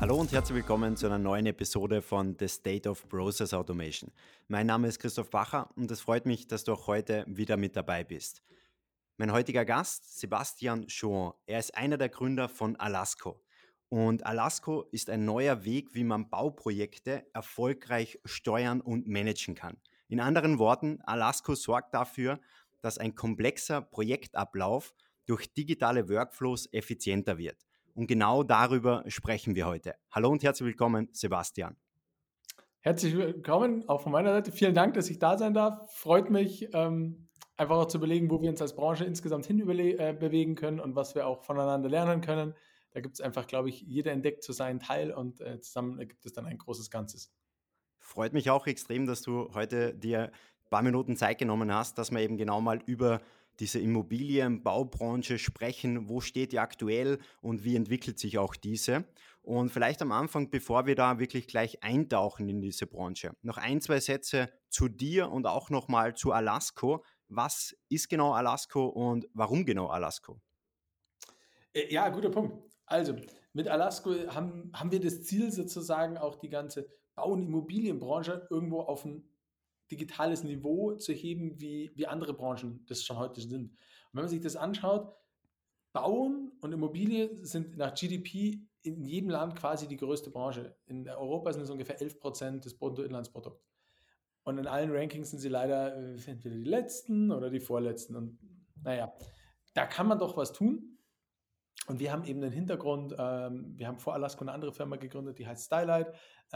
Hallo und herzlich willkommen zu einer neuen Episode von The State of Process Automation. Mein Name ist Christoph Bacher und es freut mich, dass du auch heute wieder mit dabei bist. Mein heutiger Gast, Sebastian Chouan, er ist einer der Gründer von Alasco. Und Alasco ist ein neuer Weg, wie man Bauprojekte erfolgreich steuern und managen kann. In anderen Worten, Alasco sorgt dafür, dass ein komplexer Projektablauf durch digitale Workflows effizienter wird. Und genau darüber sprechen wir heute. Hallo und herzlich willkommen, Sebastian. Herzlich willkommen, auch von meiner Seite. Vielen Dank, dass ich da sein darf. Freut mich, einfach auch zu überlegen, wo wir uns als Branche insgesamt hin bewegen können und was wir auch voneinander lernen können. Da gibt es einfach, glaube ich, jeder entdeckt so seinen Teil und zusammen ergibt es dann ein großes Ganzes. Freut mich auch extrem, dass du heute dir ein paar Minuten Zeit genommen hast, dass wir eben genau mal über diese Immobilienbaubranche sprechen. Wo steht die aktuell und wie entwickelt sich auch diese? Und vielleicht am Anfang, bevor wir da wirklich gleich eintauchen in diese Branche, noch ein, zwei Sätze zu dir und auch nochmal zu Alasco. Was ist genau Alasco und warum genau Alasco? Ja, guter Punkt. Also, mit Alasco haben wir das Ziel sozusagen auch die ganze Bau- und Immobilienbranche irgendwo auf ein digitales Niveau zu heben, wie andere Branchen das schon heute sind. Und wenn man sich das anschaut, Bauen und Immobilie sind nach GDP in jedem Land quasi die größte Branche. In Europa sind es ungefähr 11% des Bruttoinlandsprodukts. Und in allen Rankings sind sie leider entweder die letzten oder die vorletzten. Und naja, da kann man doch was tun. Und wir haben eben den Hintergrund, wir haben vor Alasco eine andere Firma gegründet, die heißt Stylight,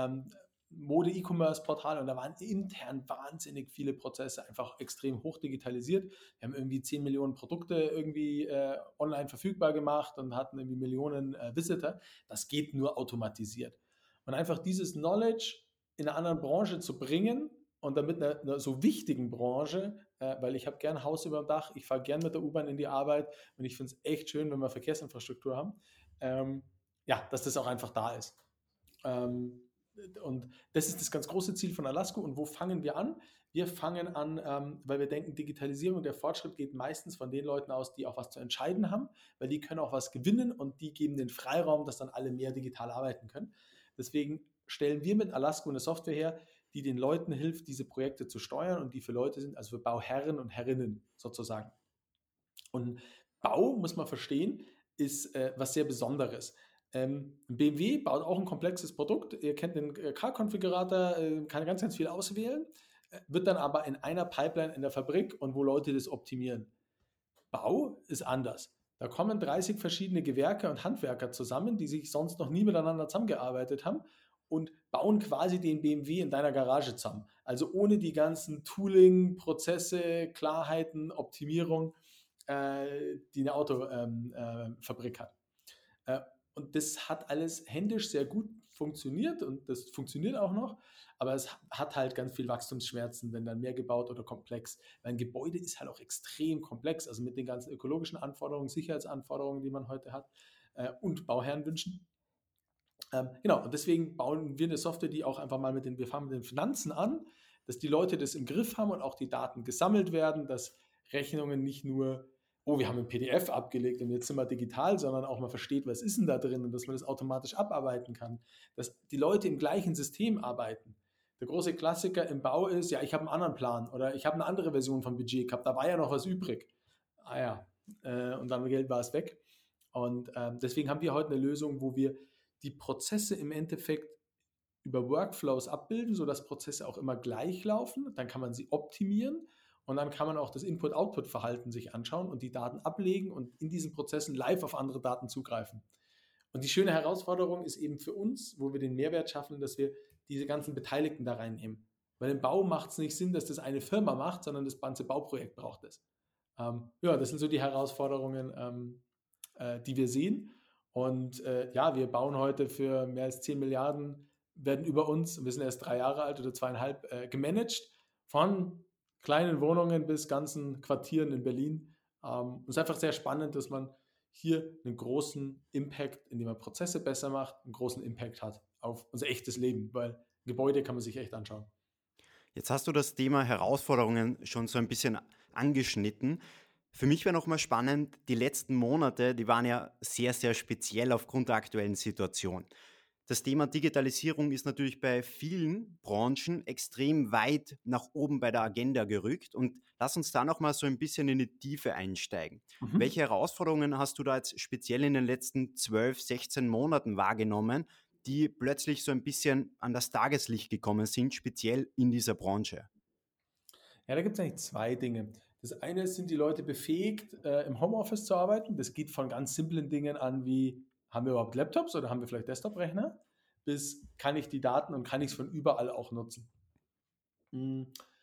Mode-E-Commerce-Portal, und da waren intern wahnsinnig viele Prozesse einfach extrem hoch digitalisiert. Wir haben irgendwie 10 Millionen Produkte irgendwie online verfügbar gemacht und hatten irgendwie Millionen Visitor. Das geht nur automatisiert. Und einfach dieses Knowledge in einer anderen Branche zu bringen und damit einer so wichtigen Branche, weil ich habe gern ein Haus über dem Dach, ich fahre gern mit der U-Bahn in die Arbeit und ich finde es echt schön, wenn wir Verkehrsinfrastruktur haben, ja, dass das auch einfach da ist. Ähm, und das ist das ganz große Ziel von Alasco. Und wo fangen wir an? Wir fangen an, weil wir denken, Digitalisierung und der Fortschritt geht meistens von den Leuten aus, die auch was zu entscheiden haben, weil die können auch was gewinnen und die geben den Freiraum, dass dann alle mehr digital arbeiten können. Deswegen stellen wir mit Alasco eine Software her, die den Leuten hilft, diese Projekte zu steuern und die für Leute sind, also für Bauherren und Herrinnen sozusagen. Und Bau, muss man verstehen, ist was sehr Besonderes. BMW baut auch ein komplexes Produkt. Ihr kennt den Car-Konfigurator, kann ganz, ganz viel auswählen, wird dann aber in einer Pipeline in der Fabrik und wo Leute das optimieren. Bau ist anders. Da kommen 30 verschiedene Gewerke und Handwerker zusammen, die sich sonst noch nie miteinander zusammengearbeitet haben und bauen quasi den BMW in deiner Garage zusammen. Also ohne die ganzen Tooling, Prozesse, Klarheiten, Optimierung, die eine Autofabrik hat. Äh, und das hat alles händisch sehr gut funktioniert und das funktioniert auch noch, aber es hat halt ganz viel Wachstumsschmerzen, wenn dann mehr gebaut oder komplex. Weil ein Gebäude ist halt auch extrem komplex, also mit den ganzen ökologischen Anforderungen, Sicherheitsanforderungen, die man heute hat und Bauherrenwünschen. Genau, und deswegen bauen wir eine Software, die auch einfach mal wir fangen mit den Finanzen an, dass die Leute das im Griff haben und auch die Daten gesammelt werden, dass Rechnungen nicht nur, oh, wir haben ein PDF abgelegt und jetzt sind wir digital, sondern auch man versteht, was ist denn da drin und dass man das automatisch abarbeiten kann, dass die Leute im gleichen System arbeiten. Der große Klassiker im Bau ist, ja, ich habe einen anderen Plan oder ich habe eine andere Version vom Budget gehabt, da war ja noch was übrig. Ah ja, und dann Geld war es weg. Und deswegen haben wir heute eine Lösung, wo wir die Prozesse im Endeffekt über Workflows abbilden, sodass Prozesse auch immer gleich laufen. Dann kann man sie optimieren und dann kann man auch das Input-Output-Verhalten sich anschauen und die Daten ablegen und in diesen Prozessen live auf andere Daten zugreifen. Und die schöne Herausforderung ist eben für uns, wo wir den Mehrwert schaffen, dass wir diese ganzen Beteiligten da reinnehmen. Weil im Bau macht es nicht Sinn, dass das eine Firma macht, sondern das ganze Bauprojekt braucht es. Ja, das sind so die Herausforderungen, die wir sehen. Und ja, wir bauen heute für mehr als 10 Milliarden, werden über uns, wir sind erst 3 Jahre alt oder 2,5, gemanagt, von kleinen Wohnungen bis ganzen Quartieren in Berlin. Es ist einfach sehr spannend, dass man hier einen großen Impact, indem man Prozesse besser macht, einen großen Impact hat auf unser echtes Leben, weil Gebäude kann man sich echt anschauen. Jetzt hast du das Thema Herausforderungen schon so ein bisschen angeschnitten. Für mich wäre nochmal spannend, die letzten Monate, die waren ja sehr, sehr speziell aufgrund der aktuellen Situation. Das Thema Digitalisierung ist natürlich bei vielen Branchen extrem weit nach oben bei der Agenda gerückt. Und lass uns da noch mal so ein bisschen in die Tiefe einsteigen. Mhm. Welche Herausforderungen hast du da jetzt speziell in den letzten 12, 16 Monaten wahrgenommen, die plötzlich so ein bisschen an das Tageslicht gekommen sind, speziell in dieser Branche? Ja, da gibt es eigentlich zwei Dinge. Das eine ist, sind die Leute befähigt, im Homeoffice zu arbeiten? Das geht von ganz simplen Dingen an, wie haben wir überhaupt Laptops oder haben wir vielleicht Desktop-Rechner, bis kann ich die Daten und kann ich es von überall auch nutzen. Mm.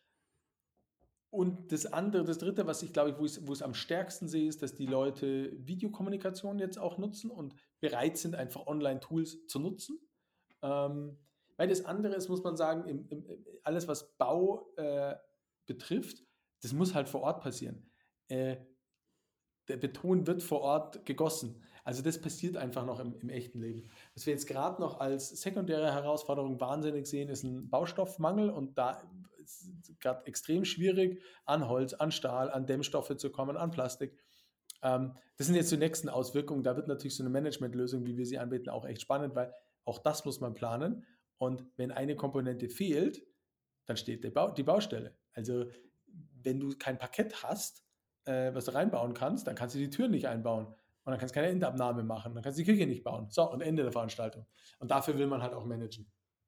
Und das andere, das dritte, was ich glaube, wo ich es am stärksten sehe, ist, dass die Leute Videokommunikation jetzt auch nutzen und bereit sind, einfach Online-Tools zu nutzen. Ähm, Weil das andere ist, muss man sagen, alles, was Bau betrifft, das muss halt vor Ort passieren. Äh, der Beton wird vor Ort gegossen. Also das passiert einfach noch im echten Leben. Was wir jetzt gerade noch als sekundäre Herausforderung wahnsinnig sehen, ist ein Baustoffmangel und da ist es gerade extrem schwierig, an Holz, an Stahl, an Dämmstoffe zu kommen, an Plastik. Das sind jetzt die nächsten Auswirkungen. Da wird natürlich so eine Managementlösung, wie wir sie anbieten, auch echt spannend, weil auch das muss man planen. Und wenn eine Komponente fehlt, dann steht die Baustelle. Also wenn du kein Parkett hast, was du reinbauen kannst, dann kannst du die Türen nicht einbauen. Und dann kannst du keine Endabnahme machen. Dann kannst du die Küche nicht bauen. So, und Ende der Veranstaltung. Und dafür will man halt auch managen.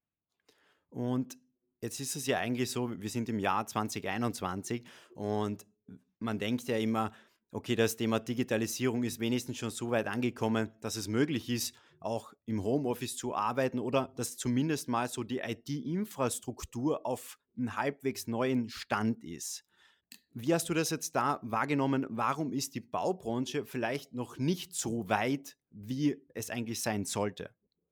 Und jetzt ist es ja eigentlich so, wir sind im Jahr 2021 und man denkt ja immer, okay, das Thema Digitalisierung ist wenigstens schon so weit angekommen, dass es möglich ist, auch im Homeoffice zu arbeiten oder dass zumindest mal so die IT-Infrastruktur auf einem halbwegs neuen Stand ist. Wie hast du das jetzt da wahrgenommen? Warum ist die Baubranche vielleicht noch nicht so weit, wie es eigentlich sein sollte?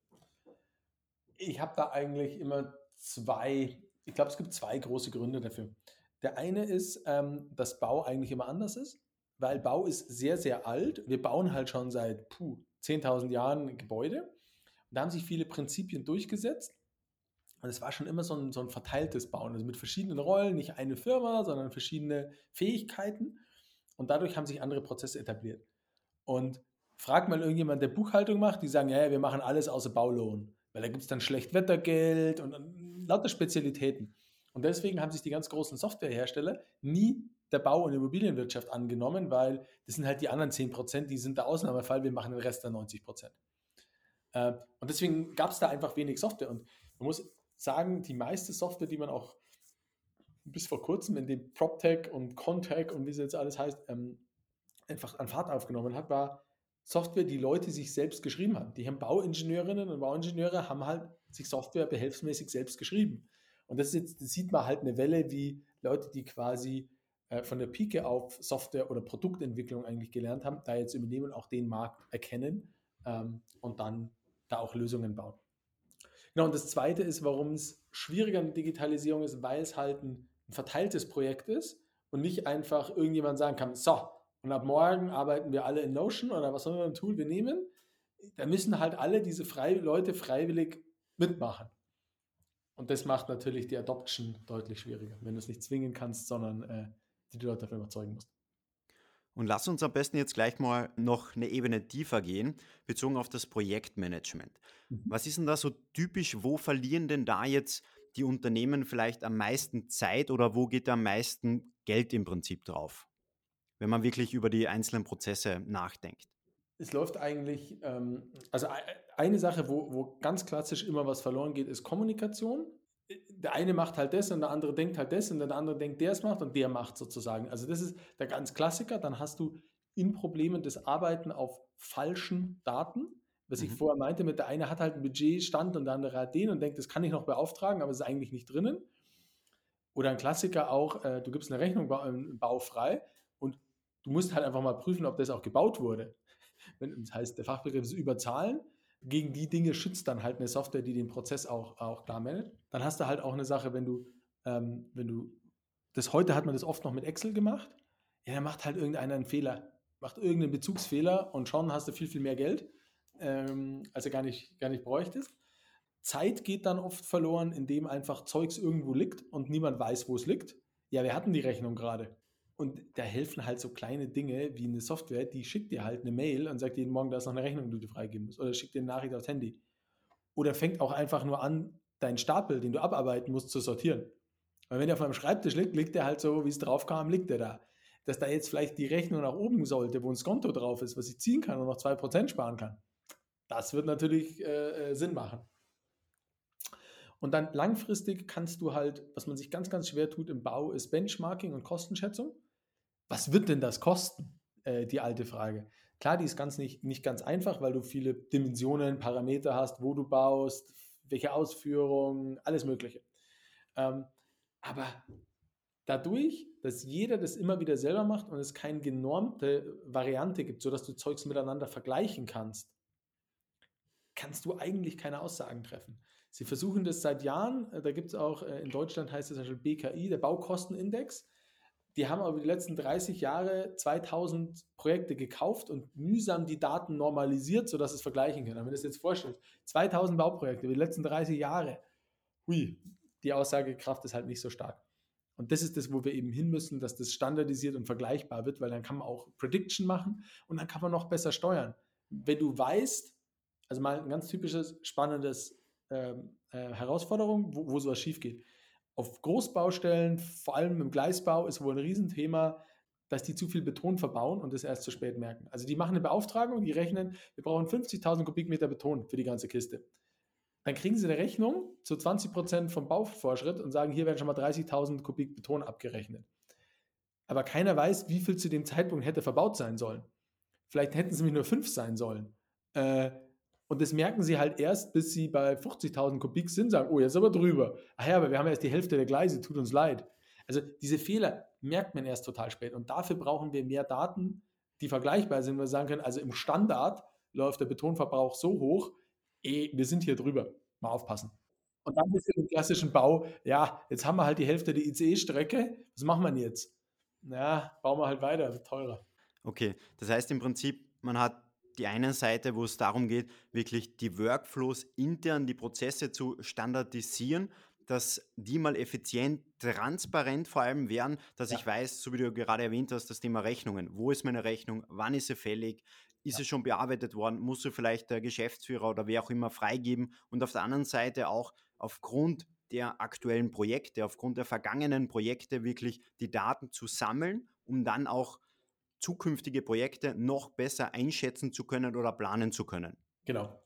Ich habe da eigentlich immer ich glaube, es gibt zwei große Gründe dafür. Der eine ist, dass Bau eigentlich immer anders ist, weil Bau ist sehr, sehr alt. Wir bauen halt schon seit 10.000 Jahren Gebäude. Und da haben sich viele Prinzipien durchgesetzt. Und es war schon immer so ein verteiltes Bauen, also mit verschiedenen Rollen, nicht eine Firma, sondern verschiedene Fähigkeiten. Und dadurch haben sich andere Prozesse etabliert. Und frag mal irgendjemand, der Buchhaltung macht, die sagen, ja, ja, wir machen alles außer Baulohn, weil da gibt es dann Schlechtwettergeld und lauter Spezialitäten. Und deswegen haben sich die ganz großen Softwarehersteller nie der Bau- und Immobilienwirtschaft angenommen, weil das sind halt die anderen 10%, die sind der Ausnahmefall, wir machen den Rest der 90%. Und deswegen gab es da einfach wenig Software. Und man muss sagen, die meiste Software, die man auch bis vor kurzem in dem PropTech und Contech und wie es jetzt alles heißt, einfach an Fahrt aufgenommen hat, war Software, die Leute sich selbst geschrieben haben. Die haben Bauingenieurinnen und Bauingenieure haben halt sich Software behelfsmäßig selbst geschrieben. Und das sieht man halt eine Welle, wie Leute, die quasi von der Pike auf Software- oder Produktentwicklung eigentlich gelernt haben, da jetzt übernehmen, auch den Markt erkennen und dann da auch Lösungen bauen. Genau, und das Zweite ist, warum es schwieriger in Digitalisierung ist, weil es halt ein verteiltes Projekt ist und nicht einfach irgendjemand sagen kann, so, und ab morgen arbeiten wir alle in Notion oder was auch immer ein Tool wir nehmen. Da müssen halt alle diese Leute freiwillig mitmachen. Und das macht natürlich die Adoption deutlich schwieriger, wenn du es nicht zwingen kannst, sondern die Leute davon überzeugen musst. Und lass uns am besten jetzt gleich mal noch eine Ebene tiefer gehen, bezogen auf das Projektmanagement. Mhm. Was ist denn da so typisch? Wo verlieren denn da jetzt die Unternehmen vielleicht am meisten Zeit oder wo geht da am meisten Geld im Prinzip drauf, wenn man wirklich über die einzelnen Prozesse nachdenkt? Es läuft eigentlich, also eine Sache, wo ganz klassisch immer was verloren geht, ist Kommunikation. Der eine macht halt das und der andere denkt halt das und der andere denkt, der es macht und der macht sozusagen. Also das ist der ganz Klassiker. Dann hast du in Problemen das Arbeiten auf falschen Daten. Was ich Mhm. vorher meinte, mit der eine hat halt ein Budgetstand und der andere hat den und denkt, das kann ich noch beauftragen, aber es ist eigentlich nicht drinnen. Oder ein Klassiker auch, du gibst eine Rechnung baufrei und du musst halt einfach mal prüfen, ob das auch gebaut wurde. Das heißt, der Fachbegriff ist Überzahlen. Gegen die Dinge schützt dann halt eine Software, die den Prozess auch klar managt. Dann hast du halt auch eine Sache, wenn du das heute hat man das oft noch mit Excel gemacht, ja, dann macht halt irgendeiner einen Fehler, macht irgendeinen Bezugsfehler und schon hast du viel, viel mehr Geld, als du gar nicht bräuchtest. Zeit geht dann oft verloren, indem einfach Zeugs irgendwo liegt und niemand weiß, wo es liegt. Ja, wir hatten die Rechnung gerade. Und da helfen halt so kleine Dinge wie eine Software, die schickt dir halt eine Mail und sagt jeden Morgen, da ist noch eine Rechnung, die du freigeben musst. Oder schickt dir eine Nachricht aufs Handy. oder fängt auch einfach nur an, deinen Stapel, den du abarbeiten musst, zu sortieren. Weil wenn der auf meinem Schreibtisch liegt, liegt der halt so, wie es drauf kam, liegt der da. Dass da jetzt vielleicht die Rechnung nach oben sollte, wo ein Skonto drauf ist, was ich ziehen kann und noch 2% sparen kann, das wird natürlich Sinn machen. Und dann langfristig kannst du halt, was man sich ganz, ganz schwer tut im Bau, ist Benchmarking und Kostenschätzung. Was wird denn das kosten? Die alte Frage. Klar, die ist nicht ganz einfach, weil du viele Dimensionen, Parameter hast, wo du baust, welche Ausführungen, alles Mögliche. Aber dadurch, dass jeder das immer wieder selber macht und es keine genormte Variante gibt, sodass du Zeugs miteinander vergleichen kannst, kannst du eigentlich keine Aussagen treffen. Sie versuchen das seit Jahren, da gibt es auch, in Deutschland heißt es zum Beispiel BKI, der Baukostenindex. Die haben aber die letzten 30 Jahre 2000 Projekte gekauft und mühsam die Daten normalisiert, sodass es vergleichen können. Wenn du das jetzt vorstellst, 2000 Bauprojekte über die letzten 30 Jahre, hui, die Aussagekraft ist halt nicht so stark. Und das ist das, wo wir eben hin müssen, dass das standardisiert und vergleichbar wird, weil dann kann man auch Prediction machen und dann kann man noch besser steuern. Wenn du weißt, also mal ein ganz typisches, spannendes Herausforderung, wo sowas schief geht. Auf Großbaustellen, vor allem im Gleisbau, ist wohl ein Riesenthema, dass die zu viel Beton verbauen und das erst zu spät merken. Also die machen eine Beauftragung, die rechnen, wir brauchen 50.000 Kubikmeter Beton für die ganze Kiste. Dann kriegen sie eine Rechnung zu 20% vom Bauvorschritt und sagen, hier werden schon mal 30.000 Kubik Beton abgerechnet. Aber keiner weiß, wie viel zu dem Zeitpunkt hätte verbaut sein sollen. Vielleicht hätten es nämlich nur 5 sein sollen. Und das merken sie halt erst, bis sie bei 50.000 Kubik sind, sagen, oh, jetzt aber drüber. Ach ja, aber wir haben erst die Hälfte der Gleise, tut uns leid. Also diese Fehler merkt man erst total spät. Und dafür brauchen wir mehr Daten, die vergleichbar sind, wo wir sagen können, also im Standard läuft der Betonverbrauch so hoch, wir sind hier drüber. Mal aufpassen. Und dann bist du im klassischen Bau, ja, jetzt haben wir halt die Hälfte der ICE-Strecke, was machen wir denn jetzt? Ja, bauen wir halt weiter, wird teurer. Okay, das heißt im Prinzip, man hat die eine Seite, wo es darum geht, wirklich die Workflows intern, die Prozesse zu standardisieren, dass die mal effizient, transparent vor allem werden, dass ich Ja, weiß, so wie du gerade erwähnt hast, das Thema Rechnungen. Wo ist meine Rechnung? Wann ist sie fällig? Ist ja, sie schon bearbeitet worden? Muss sie vielleicht der Geschäftsführer oder wer auch immer freigeben? Und auf der anderen Seite auch aufgrund der aktuellen Projekte, aufgrund der vergangenen Projekte wirklich die Daten zu sammeln, um dann auch zukünftige Projekte noch besser einschätzen zu können oder planen zu können. genau.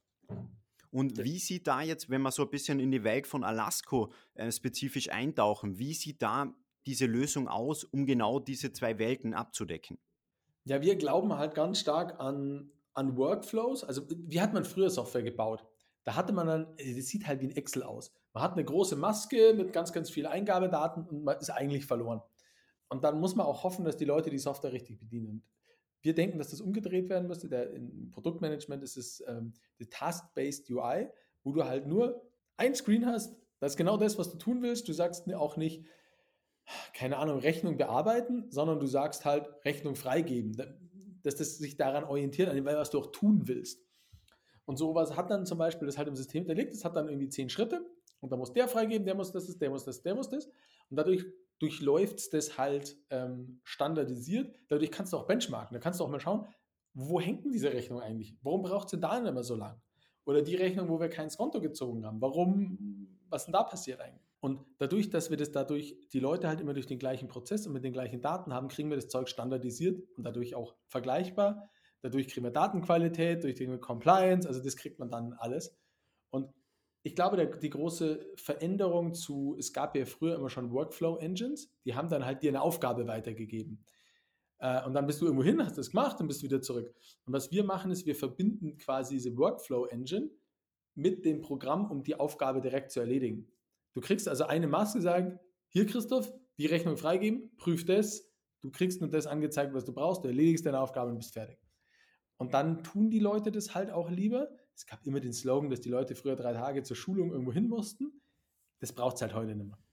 Und wie sieht da jetzt, wenn wir so ein bisschen in die Welt von Alasco spezifisch eintauchen, wie sieht da diese Lösung aus, um genau diese zwei Welten abzudecken? Ja, wir glauben halt ganz stark an Workflows. Also, wie hat man früher Software gebaut? Da hatte man dann, das sieht halt wie ein Excel aus. Man hat eine große Maske mit ganz, ganz vielen Eingabedaten und man ist eigentlich verloren. Und dann muss man auch hoffen, dass die Leute die Software richtig bedienen. Und wir denken, dass das umgedreht werden müsste. Im Produktmanagement ist es die Task-Based UI, wo du halt nur ein Screen hast. Das ist genau das, was du tun willst. Du sagst auch nicht, keine Ahnung, Rechnung bearbeiten, sondern du sagst halt Rechnung freigeben, dass das sich daran orientiert, an dem, was du auch tun willst. Und sowas hat dann zum Beispiel, das halt im System hinterlegt, das hat dann irgendwie 10 Schritte und da muss der freigeben, der muss das, der muss das, der muss das. Und dadurch durchläuft es das halt standardisiert. Dadurch kannst du auch benchmarken. Da kannst du auch mal schauen, wo hängt denn diese Rechnung eigentlich? Warum braucht es denn da immer so lang? Oder die Rechnung, wo wir kein Konto gezogen haben. Warum, was denn da passiert eigentlich? Und dadurch, dass wir das dadurch, die Leute halt immer durch den gleichen Prozess und mit den gleichen Daten haben, kriegen wir das Zeug standardisiert und dadurch auch vergleichbar. Dadurch kriegen wir Datenqualität, durch die Compliance, also das kriegt man dann alles. Und ich glaube, die große Veränderung zu, es gab ja früher immer schon Workflow-Engines, die haben dann halt dir eine Aufgabe weitergegeben. Und dann bist du irgendwo hin, hast das gemacht und bist wieder zurück. Und was wir machen, ist, wir verbinden quasi diese Workflow-Engine mit dem Programm, um die Aufgabe direkt zu erledigen. Du kriegst also eine Maske, sagen, hier Christoph, die Rechnung freigeben, prüf das, du kriegst nur das angezeigt, was du brauchst, du erledigst deine Aufgabe und bist fertig. Und dann tun die Leute das halt auch lieber. Es gab immer den Slogan, dass die Leute früher 3 Tage zur Schulung irgendwo hin mussten. Das braucht es halt heute nicht mehr.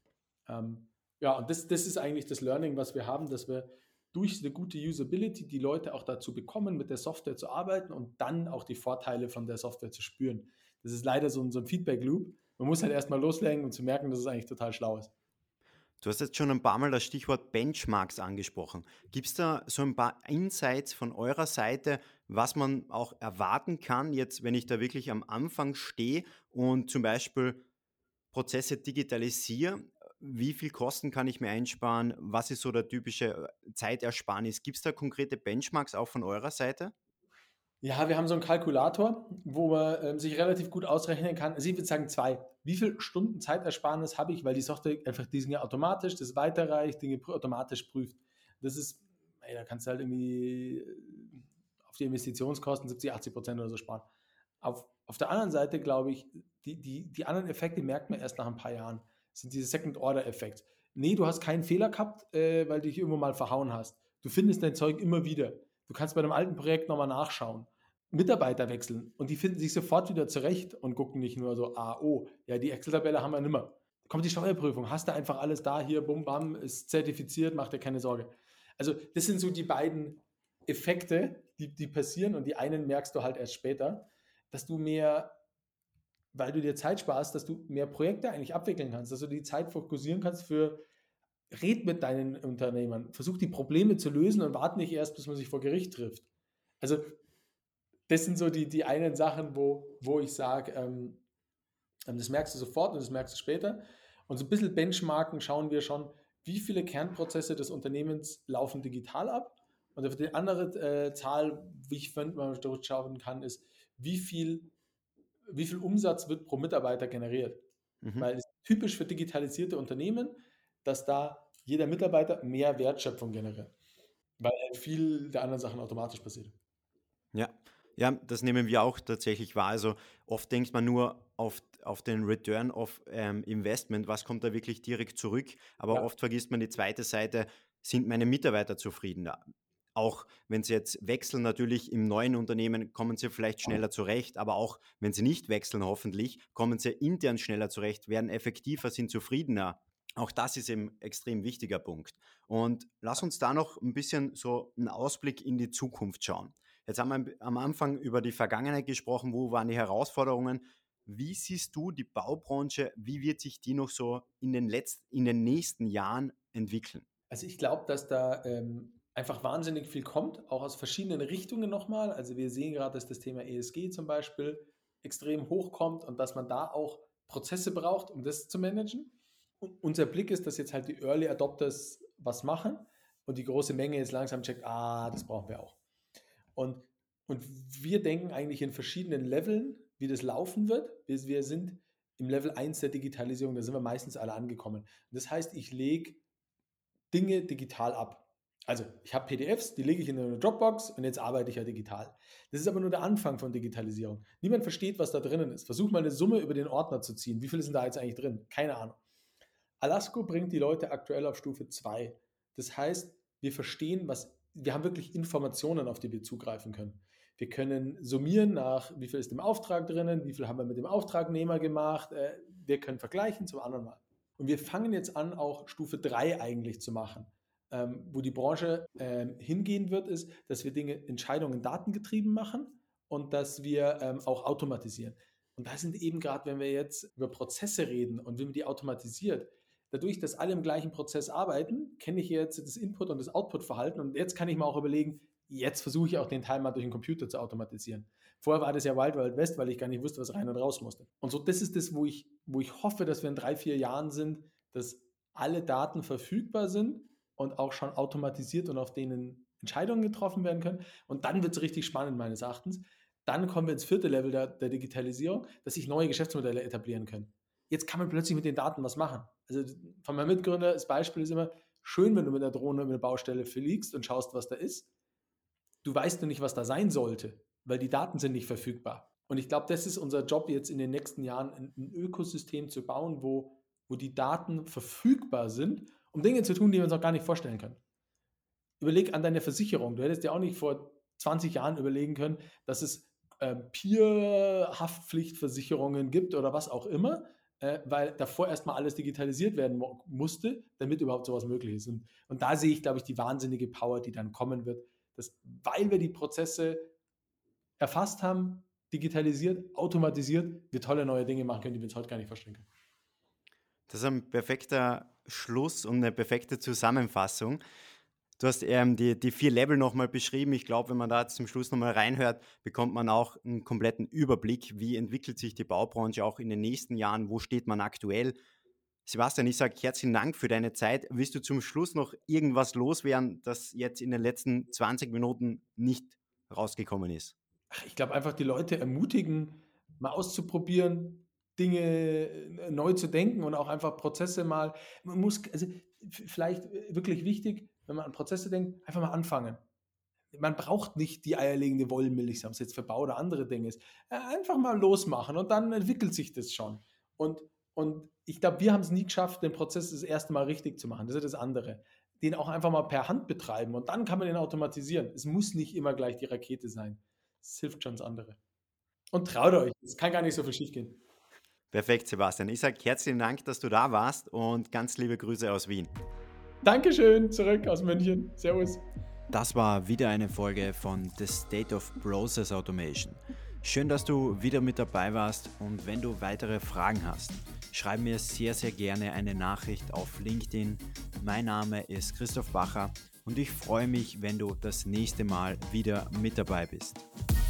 Ja, und das ist eigentlich das Learning, was wir haben, dass wir durch eine gute Usability die Leute auch dazu bekommen, mit der Software zu arbeiten und dann auch die Vorteile von der Software zu spüren. Das ist leider so ein Feedback-Loop. Man muss halt erstmal loslegen und zu merken, dass es eigentlich total schlau ist. Du hast jetzt schon ein paar Mal das Stichwort Benchmarks angesprochen. Gibt es da so ein paar Insights von eurer Seite, was man auch erwarten kann, jetzt, wenn ich da wirklich am Anfang stehe und zum Beispiel Prozesse digitalisiere, wie viel Kosten kann ich mir einsparen? Was ist so der typische Zeitersparnis? Gibt es da konkrete Benchmarks auch von eurer Seite? Ja, wir haben so einen Kalkulator, wo man sich relativ gut ausrechnen kann. Also ich würde sagen zwei. Wie viel Stunden Zeitersparnis habe ich, weil die Software einfach die Dinge automatisch, das weiterreicht, Dinge automatisch prüft. Das ist, ey, da kannst du halt irgendwie auf die Investitionskosten 70, 80% oder so sparen. Auf der anderen Seite glaube ich, die anderen Effekte merkt man erst nach ein paar Jahren. Das sind diese Second-Order-Effekte. Nee, du hast keinen Fehler gehabt, weil du dich irgendwo mal verhauen hast. Du findest dein Zeug immer wieder. Du kannst bei einem alten Projekt nochmal nachschauen. Mitarbeiter wechseln und die finden sich sofort wieder zurecht und gucken nicht nur so, oh, ja, die Excel-Tabelle haben wir nimmer. Kommt die Steuerprüfung, hast du einfach alles da, hier, bum, bam, ist zertifiziert, mach dir keine Sorge. Also das sind so die beiden Effekte, die passieren und die einen merkst du halt erst später, dass du mehr, weil du dir Zeit sparst, dass du mehr Projekte eigentlich abwickeln kannst, dass du die Zeit fokussieren kannst für, red mit deinen Unternehmern, versuch die Probleme zu lösen und warte nicht erst, bis man sich vor Gericht trifft. Also das sind so die einen Sachen, wo ich sage, das merkst du sofort und das merkst du später. Und so ein bisschen benchmarken schauen wir schon, wie viele Kernprozesse des Unternehmens laufen digital ab. Und auf die andere Zahl, wie ich finde, man durchschauen kann, ist, wie viel, wie viel Umsatz wird pro Mitarbeiter generiert. Mhm. Weil es ist typisch für digitalisierte Unternehmen, dass da jeder Mitarbeiter mehr Wertschöpfung generiert, weil halt viel der anderen Sachen automatisch passiert. Ja. Ja, das nehmen wir auch tatsächlich wahr. Also oft denkt man nur auf den Return of Investment, was kommt da wirklich direkt zurück, aber Ja, oft vergisst man die zweite Seite, sind meine Mitarbeiter zufrieden? Auch wenn sie jetzt wechseln, natürlich im neuen Unternehmen kommen sie vielleicht schneller zurecht, aber auch wenn sie nicht wechseln, hoffentlich, kommen sie intern schneller zurecht, werden effektiver, sind zufriedener. Auch das ist eben extrem wichtiger Punkt. Und lass uns da noch ein bisschen so einen Ausblick in die Zukunft schauen. Jetzt haben wir am Anfang über die Vergangenheit gesprochen, wo waren die Herausforderungen. Wie siehst du die Baubranche, wie wird sich die noch so in den nächsten Jahren entwickeln? also ich glaube, dass da einfach wahnsinnig viel kommt, auch aus verschiedenen Richtungen nochmal. Also wir sehen gerade, dass das Thema ESG zum Beispiel extrem hochkommt und dass man da auch Prozesse braucht, um das zu managen. Und unser Blick ist, dass jetzt halt die Early Adopters was machen und die große Menge jetzt langsam checkt, das brauchen wir auch. Und, und wir denken eigentlich in verschiedenen Leveln, wie das laufen wird. Wir sind im Level 1 der Digitalisierung, da sind wir meistens alle angekommen. Und das heißt, ich lege Dinge digital ab. Also ich habe PDFs, die lege ich in eine Dropbox und jetzt arbeite ich ja digital. Das ist aber nur der Anfang von Digitalisierung. Niemand versteht, was da drinnen ist. Versuch mal eine Summe über den Ordner zu ziehen. Wie viel ist denn da jetzt eigentlich drin? Keine Ahnung. Alasco bringt die Leute aktuell auf Stufe 2. Das heißt, wir haben wirklich Informationen, auf die wir zugreifen können. Wir können summieren nach, wie viel ist im Auftrag drinnen, wie viel haben wir mit dem Auftragnehmer gemacht. Wir können vergleichen zum anderen Mal. Und wir fangen jetzt an, auch Stufe 3 eigentlich zu machen. Wo die Branche hingehen wird, ist, dass wir Entscheidungen datengetrieben machen und dass wir auch automatisieren. Und da sind eben gerade, wenn wir jetzt über Prozesse reden und wie man die automatisiert, dadurch, dass alle im gleichen Prozess arbeiten, kenne ich jetzt das Input- und das Output-Verhalten und jetzt kann ich mir auch überlegen, jetzt versuche ich auch den Teil mal durch den Computer zu automatisieren. Vorher war das ja Wild Wild West, weil ich gar nicht wusste, was rein und raus musste. Und so, das ist das, wo ich hoffe, dass wir in 3, 4 Jahren sind, dass alle Daten verfügbar sind und auch schon automatisiert und auf denen Entscheidungen getroffen werden können. Und dann wird es richtig spannend, meines Erachtens. Dann kommen wir ins vierte Level der Digitalisierung, dass sich neue Geschäftsmodelle etablieren können. Jetzt kann man plötzlich mit den Daten was machen. Also von meinem Mitgründer, das Beispiel ist immer, schön, wenn du mit einer Drohne über eine Baustelle fliegst und schaust, was da ist. Du weißt nur nicht, was da sein sollte, weil die Daten sind nicht verfügbar. Und ich glaube, das ist unser Job jetzt in den nächsten Jahren, ein Ökosystem zu bauen, wo die Daten verfügbar sind, um Dinge zu tun, die wir uns auch gar nicht vorstellen können. Überleg an deine Versicherung. Du hättest dir auch nicht vor 20 Jahren überlegen können, dass es Peer-Haftpflichtversicherungen gibt oder was auch immer, weil davor erstmal alles digitalisiert werden musste, damit überhaupt sowas möglich ist. Und da sehe ich, glaube ich, die wahnsinnige Power, die dann kommen wird, dass, weil wir die Prozesse erfasst haben, digitalisiert, automatisiert, wir tolle neue Dinge machen können, die wir uns heute gar nicht vorstellen können. Das ist ein perfekter Schluss und eine perfekte Zusammenfassung. Du hast die 4 Level nochmal beschrieben. Ich glaube, wenn man da zum Schluss nochmal reinhört, bekommt man auch einen kompletten Überblick, wie entwickelt sich die Baubranche auch in den nächsten Jahren, wo steht man aktuell. Sebastian, ich sage herzlichen Dank für deine Zeit. Willst du zum Schluss noch irgendwas loswerden, das jetzt in den letzten 20 Minuten nicht rausgekommen ist? Ach, ich glaube einfach die Leute ermutigen, mal auszuprobieren, Dinge neu zu denken und auch einfach Prozesse mal man muss also, vielleicht wirklich wichtig, wenn man an Prozesse denkt, einfach mal anfangen. Man braucht nicht die eierlegende Wollmilchsau, ob es jetzt für Bau oder andere Dinge ist. Einfach mal losmachen und dann entwickelt sich das schon. Und und ich glaube, wir haben es nie geschafft, den Prozess das erste Mal richtig zu machen. Das ist ja das andere. Den auch einfach mal per Hand betreiben und dann kann man den automatisieren. Es muss nicht immer gleich die Rakete sein. Es hilft schon das andere. Und traut euch, es kann gar nicht so viel schiefgehen. Perfekt, Sebastian. Ich sage herzlichen Dank, dass du da warst und ganz liebe Grüße aus Wien. Dankeschön, zurück aus München. Servus. Das war wieder eine Folge von The State of Process Automation. Schön, dass du wieder mit dabei warst und wenn du weitere Fragen hast, schreib mir sehr, sehr gerne eine Nachricht auf LinkedIn. Mein Name ist Christoph Bacher und ich freue mich, wenn du das nächste Mal wieder mit dabei bist.